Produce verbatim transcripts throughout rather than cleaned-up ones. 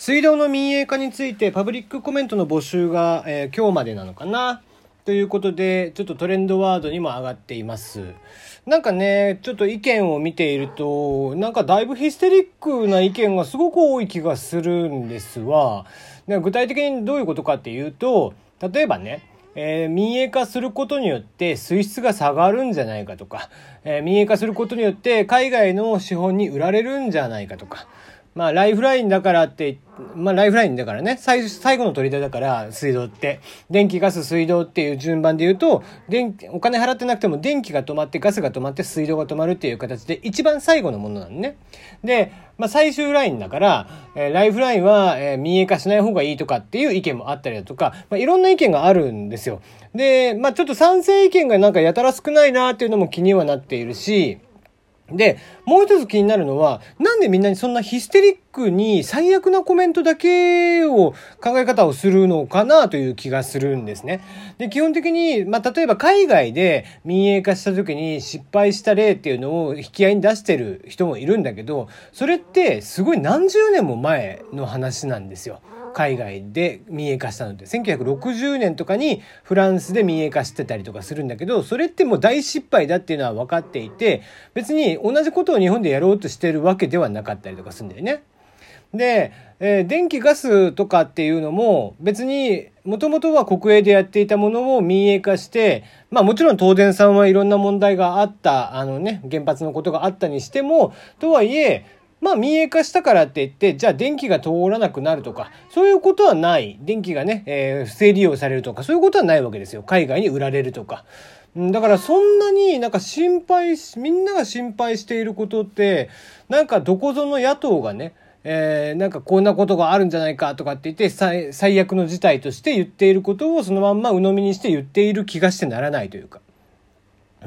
水道の民営化についてパブリックコメントの募集が、えー、今日までなのかなということで、ちょっとトレンドワードにも上がっています。なんかね、ちょっと意見を見ていると、なんかだいぶヒステリックな意見がすごく多い気がするんですわ。具体的にどういうことかっていうと、例えばね、えー、民営化することによって水質が下がるんじゃないかとか、えー、民営化することによって海外の資本に売られるんじゃないかとか、まあライフラインだからって、まあライフラインだからね、最最後の砦だから水道って、電気ガス水道っていう順番で言うと、電お金払ってなくても電気が止まってガスが止まって水道が止まるっていう形で一番最後のものなのね。で、まあ最終ラインだから、えー、ライフラインは、えー、民営化しない方がいいとかっていう意見もあったりだとか、まあいろんな意見があるんですよ。で、まあちょっと賛成意見がなんかやたら少ないなっていうのも気にはなっているし、で、もう一つ気になるのは、なんでみんなにそんなヒステリックに最悪なコメントだけを考え方をするのかなという気がするんですね。で、基本的に、まあ、例えば海外で民営化した時に失敗した例っていうのを引き合いに出してる人もいるんだけど、それってすごい何十年も前の話なんですよ。海外で民営化したのでせんきゅうひゃくろくじゅうねんとかにフランスで民営化してたりとかするんだけど、それってもう大失敗だっていうのは分かっていて、別に同じことを日本でやろうとしてるわけではなかったりとかするんだよね。で、えー、電気ガスとかっていうのも別にもともとは国営でやっていたものを民営化して、まあもちろん東電さんはいろんな問題があった、あのね、原発のことがあったにしても、とはいえまあ民営化したからって言って、じゃあ電気が通らなくなるとか、そういうことはない。電気がね、えー、不正利用されるとか、そういうことはないわけですよ。海外に売られるとか。だからそんなになんか心配し、みんなが心配していることって、なんかどこぞの野党がね、えー、なんかこんなことがあるんじゃないかとかって言って最、最悪の事態として言っていることをそのまんま鵜呑みにして言っている気がしてならないというか。うん。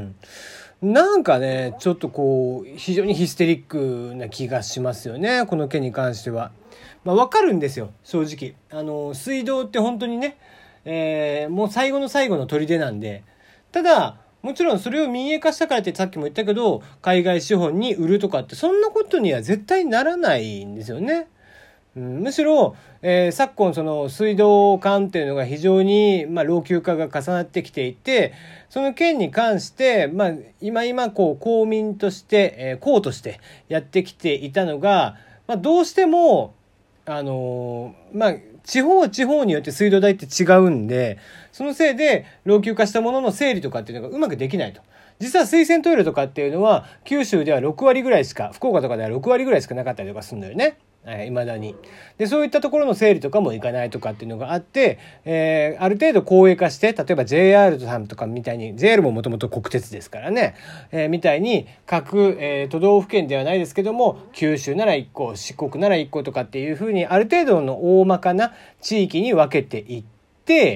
なんかね、ちょっとこう、非常にヒステリックな気がしますよね。この件に関しては。まあわかるんですよ、正直。あの、水道って本当にね、えー、もう最後の最後の砦なんで。ただ、もちろんそれを民営化したからってさっきも言ったけど、海外資本に売るとかってそんなことには絶対ならないんですよね。うん、むしろ、えー、昨今その水道管っていうのが非常に、まあ、老朽化が重なってきていて、その件に関して、まあ、今今こう公民として、えー、公としてやってきていたのが、まあ、どうしてもあのー、まあ地方地方によって水道代って違うんで、そのせいで老朽化したものの整理とかっていうのがうまくできないと。実は水洗トイレとかっていうのは九州ではろくわりぐらいしか、福岡とかではろくわりぐらいしかなかったりとかするんだよね。いまだに。で、そういったところの整理とかもいかないとかっていうのがあって、えー、ある程度公営化して、例えば ジェイアール さんとかみたいに、ジェイアール ももともと国鉄ですからね、えー、みたいに各、えー、都道府県ではないですけども、九州ならいっこ、四国ならいっことかっていうふうに、ある程度の大まかな地域に分けていって、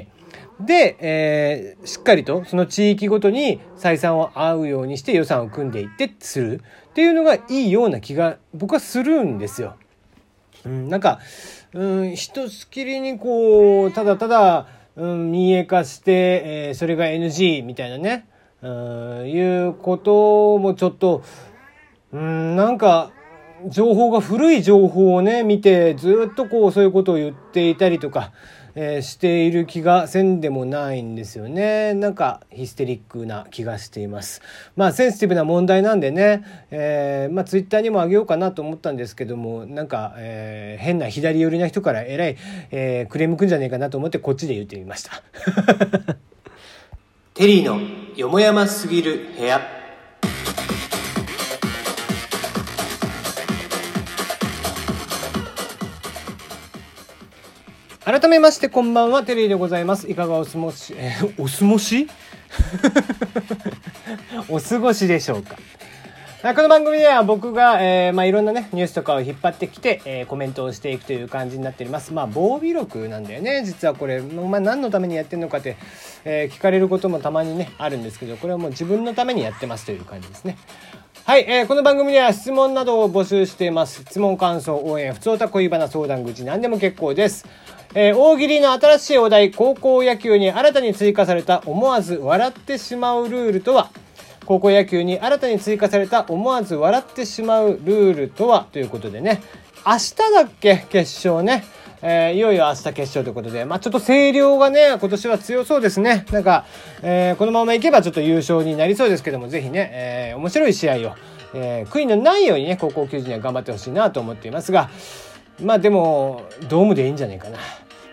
で、えー、しっかりとその地域ごとに採算を合うようにして予算を組んでいってするっていうのがいいような気が僕はするんですよ。うん、なんか、うん、ひとしきりにこう、ただただ、うん、民営化して、えー、それが エヌジー みたいなね、うん、いうこともちょっと、うん、なんか、情報が古い情報をね、見て、ずっとこう、そういうことを言っていたりとか、えー、している気がせんでもないんですよね。なんかヒステリックな気がしています。まあセンシティブな問題なんでね、えー、まあツイッターにもあげようかなと思ったんですけども、なんか、えー、変な左寄りな人からえらい、えー、クレームくんじゃねえかなと思ってこっちで言ってみました。テリーのよもやますぎる部屋。改めましてこんばんは、テリーでございます。いかがお過ごし、えー、お過ごしお過ごしでしょうか。この番組では僕が、えーまあ、いろんなねニュースとかを引っ張ってきて、えー、コメントをしていくという感じになっております。まあ防備録なんだよね、実はこれ。まあ、何のためにやってるのかって、えー、聞かれることもたまにねあるんですけど、これはもう自分のためにやってますという感じですね。はい、えー、この番組では質問などを募集しています。質問、感想、応援、ふつおた、恋バナ、相談口、何でも結構です。えー、大喜利の新しいお題、高校野球に新たに追加された思わず笑ってしまうルールとは。高校野球に新たに追加された思わず笑ってしまうルールとはということでね、 明日だっけ決勝ね。えー、いよいよ明日決勝ということで、まあちょっと声量がね、今年は強そうですね。なんか、えー、このままいけばちょっと優勝になりそうですけども、ぜひね、えー、面白い試合を、えー、悔いのないようにね、高校球児には頑張ってほしいなと思っていますが、まあでも、ドームでいいんじゃないかな。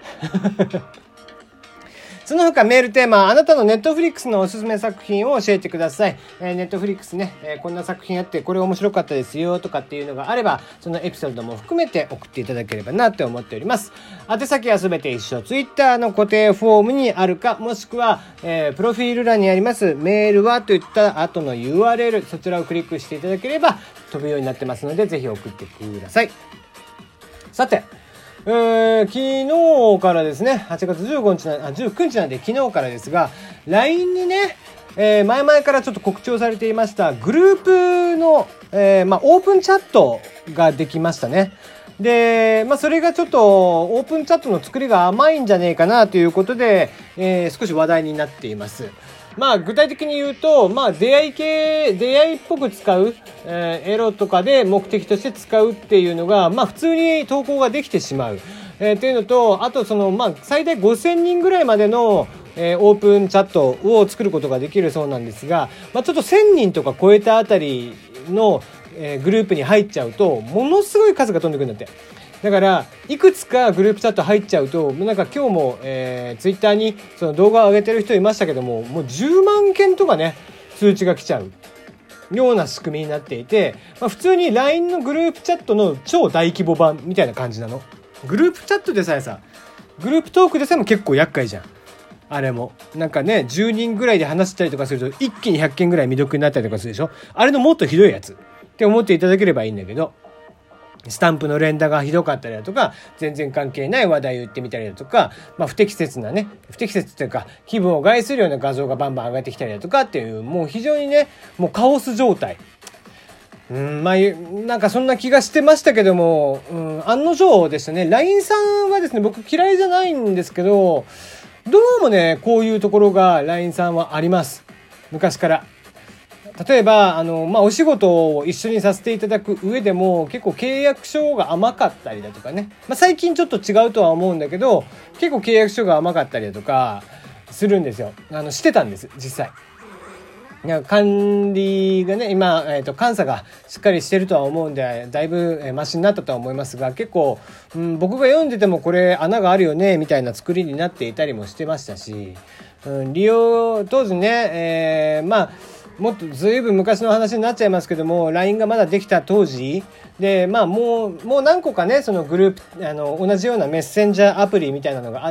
その他メールテーマ、あなたのネットフリックスのおすすめ作品を教えてください。えー、ネットフリックスね、えー、こんな作品あってこれ面白かったですよとかっていうのがあれば、そのエピソードも含めて送っていただければなって思っております。宛先はすべて一緒。ツイッターの固定フォームにあるか、もしくは、えー、プロフィール欄にありますメールはといった後の ユーアールエル、そちらをクリックしていただければ飛ぶようになってますので、ぜひ送ってください。さて、えー、昨日からですね、はちがつじゅうごにちな、あ、じゅうくにちなんで昨日からですが、ライン にね、えー、前々からちょっと告知をされていましたグループの、えー、まあ、オープンチャットができましたね。で、まあ、それがちょっとオープンチャットの作りが甘いんじゃねえかなということで、えー、少し話題になっています。まあ具体的に言うと、まあ出会い系、出会いっぽく使う、えー、エロとかで目的として使うっていうのが、まあ普通に投稿ができてしまう。えー、っていうのと、あとその、まあ最大ごせんにんぐらいまでの、えー、オープンチャットを作ることができるそうなんですが、まあちょっとせんにんとか超えたあたりの、えー、グループに入っちゃうと、ものすごい数が飛んでくるんだって。だからいくつかグループチャット入っちゃうと、なんか今日も、えー、ツイッターにその動画を上げてる人いましたけども、もうじゅうまんけんとかね通知が来ちゃうような仕組みになっていて、まあ、普通に ライン のグループチャットの超大規模版みたいな感じなの。グループチャットでさえさ、グループトークでさえも結構厄介じゃん。あれもなんかね、じゅうにんぐらいで話したりとかすると一気にひゃっけんぐらい未読になったりとかするでしょ。あれのもっとひどいやつって思っていただければいいんだけど、スタンプの連打がひどかったりだとか、全然関係ない話題を言ってみたりだとか、まあ不適切なね、不適切というか気分を害するような画像がバンバン上がってきたりだとかっていう、もう非常にね、もうカオス状態。うん、まあ、なんかそんな気がしてましたけども、うん、案の定でしたね。ライン さんはですね、僕嫌いじゃないんですけど、どうもね、こういうところが ライン さんはあります。昔から。例えばあの、まあ、お仕事を一緒にさせていただく上でも結構契約書が甘かったりだとかね、まあ、最近ちょっと違うとは思うんだけど、結構契約書が甘かったりだとかするんですよ。あのしてたんです実際。いや管理がね今、えーと、監査がしっかりしてるとは思うんで、だいぶ、えー、マシになったとは思いますが、結構、うん、僕が読んでてもこれ穴があるよねみたいな作りになっていたりもしてましたし、うん、利用当時ね、えー、まあもっとずいぶん昔の話になっちゃいますけども、 ライン がまだできた当時で、まあもうもう何個かね、そのグループあの同じようなメッセンジャーアプリみたいなのがあって、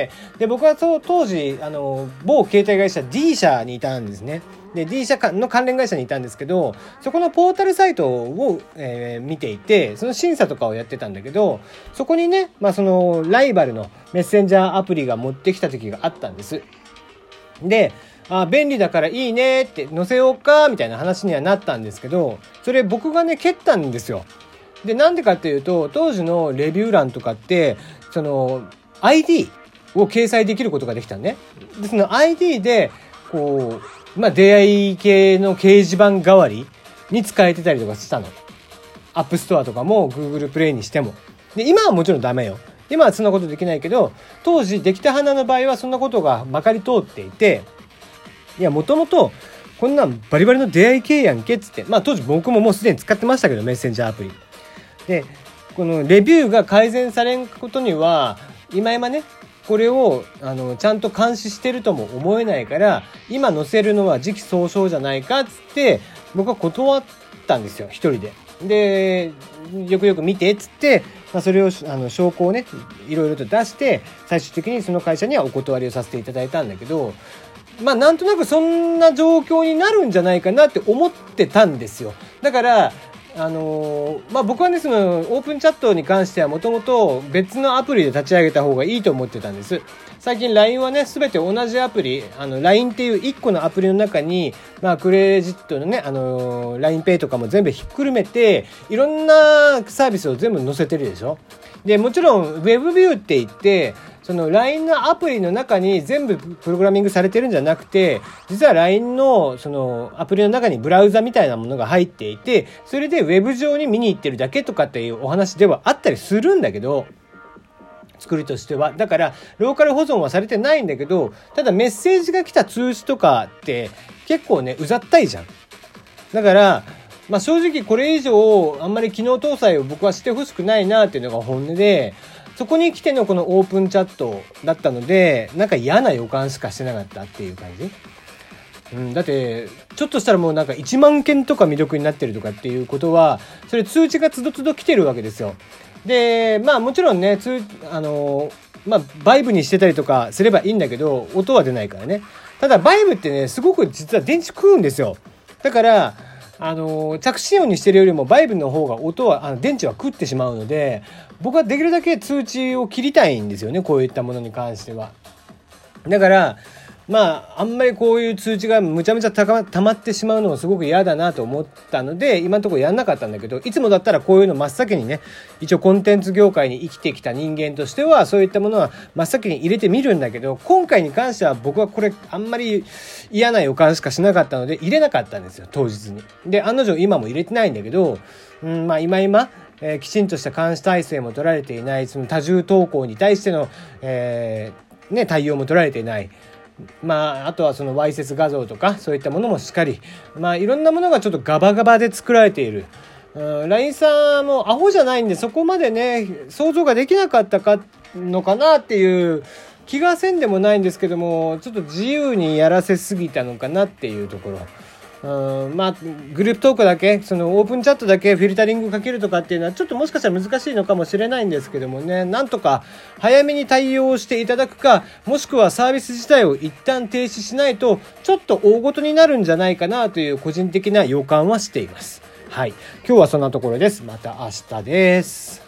で僕はそう当時あの某携帯会社 D 社にいたんですね。で D 社の関連会社にいたんですけど、そこのポータルサイトを、えー、見ていて、その審査とかをやってたんだけど、そこにね、まあ、そのライバルのメッセンジャーアプリが持ってきた時があったんです。で、あ、便利だからいいねって載せようかみたいな話にはなったんですけど、それ僕がね蹴ったんですよ。でなんでかっていうと、当時のレビュー欄とかってその アイディー を掲載できることができたんね。でその アイディー でこう、まあ、出会い系の掲示板代わりに使えてたりとかしたの。アップストアとかも Google プレイにしても。で今はもちろんダメよ。今はそんなことできないけど、当時できた花の場合はそんなことがまかり通っていて、いやもともとこんなんバリバリの出会い系やんけっつって、まあ当時僕ももうすでに使ってましたけど、メッセンジャーアプリでこのレビューが改善されんことには今今ね、これをあのちゃんと監視してるとも思えないから、今載せるのは時期尚早じゃないかっつって僕は断ったんですよ、一人で。でよくよく見てっつって、まあ、それをあの証拠をねいろいろと出して、最終的にその会社にはお断りをさせていただいたんだけど、まあなんとなくそんな状況になるんじゃないかなって思ってたんですよ。だからあのー、まあ僕はね、そのオープンチャットに関してはもともと別のアプリで立ち上げた方がいいと思ってたんです。最近 ライン はね全て同じアプリ、あの ライン っていういっこのアプリの中に、まあクレジットのね、あのー、ラインペイ とかも全部ひっくるめていろんなサービスを全部載せてるでしょ。でもちろんウェブビューって言ってその ライン のアプリの中に全部プログラミングされてるんじゃなくて、実は ライン のそのアプリの中にブラウザみたいなものが入っていて、それでウェブ上に見に行ってるだけとかっていうお話ではあったりするんだけど、作りとしてはだからローカル保存はされてないんだけど、ただメッセージが来た通知とかって結構ねうざったいじゃん。だからまあ正直これ以上あんまり機能搭載を僕はしてほしくないなっていうのが本音で、そこに来てのこのオープンチャットだったので、なんか嫌な予感しかしてなかったっていう感じ。うん、だってちょっとしたらもうなんかいちまんけんとか未読になってるとかっていうことは、それ通知がつどつど来てるわけですよ。でまあもちろんね通あのまあバイブにしてたりとかすればいいんだけど、音は出ないからね。ただバイブってねすごく実は電池食うんですよ。だからあの着信音にしてるよりもバイブの方が音はあの電池は食ってしまうので、僕はできるだけ通知を切りたいんですよね、こういったものに関しては。だからまああんまりこういう通知がむちゃむちゃたま、たまってしまうのもすごく嫌だなと思ったので、今のところやんなかったんだけど、いつもだったらこういうの真っ先にね、一応コンテンツ業界に生きてきた人間としてはそういったものは真っ先に入れてみるんだけど、今回に関しては僕はこれあんまり嫌な予感しかしなかったので入れなかったんですよ、当日に。で案の定今も入れてないんだけど、うん、まあ今今えー、きちんとした監視体制も取られていない、その多重投稿に対しての、えーね、対応も取られていない。まあ、あとはそのわいせつ画像とかそういったものもしっかり、まあいろんなものがちょっとガバガバで作られている。うん、ライン さんもアホじゃないんで、そこまでね想像ができなかったかのかなっていう気がせんでもないんですけども、ちょっと自由にやらせすぎたのかなっていうところ。うん、まあグループトークだけ、そのオープンチャットだけフィルタリングかけるとかっていうのはちょっともしかしたら難しいのかもしれないんですけどもね、なんとか早めに対応していただくか、もしくはサービス自体を一旦停止しないとちょっと大ごとになるんじゃないかなという個人的な予感はしています。はい、今日はそんなところです。また明日です。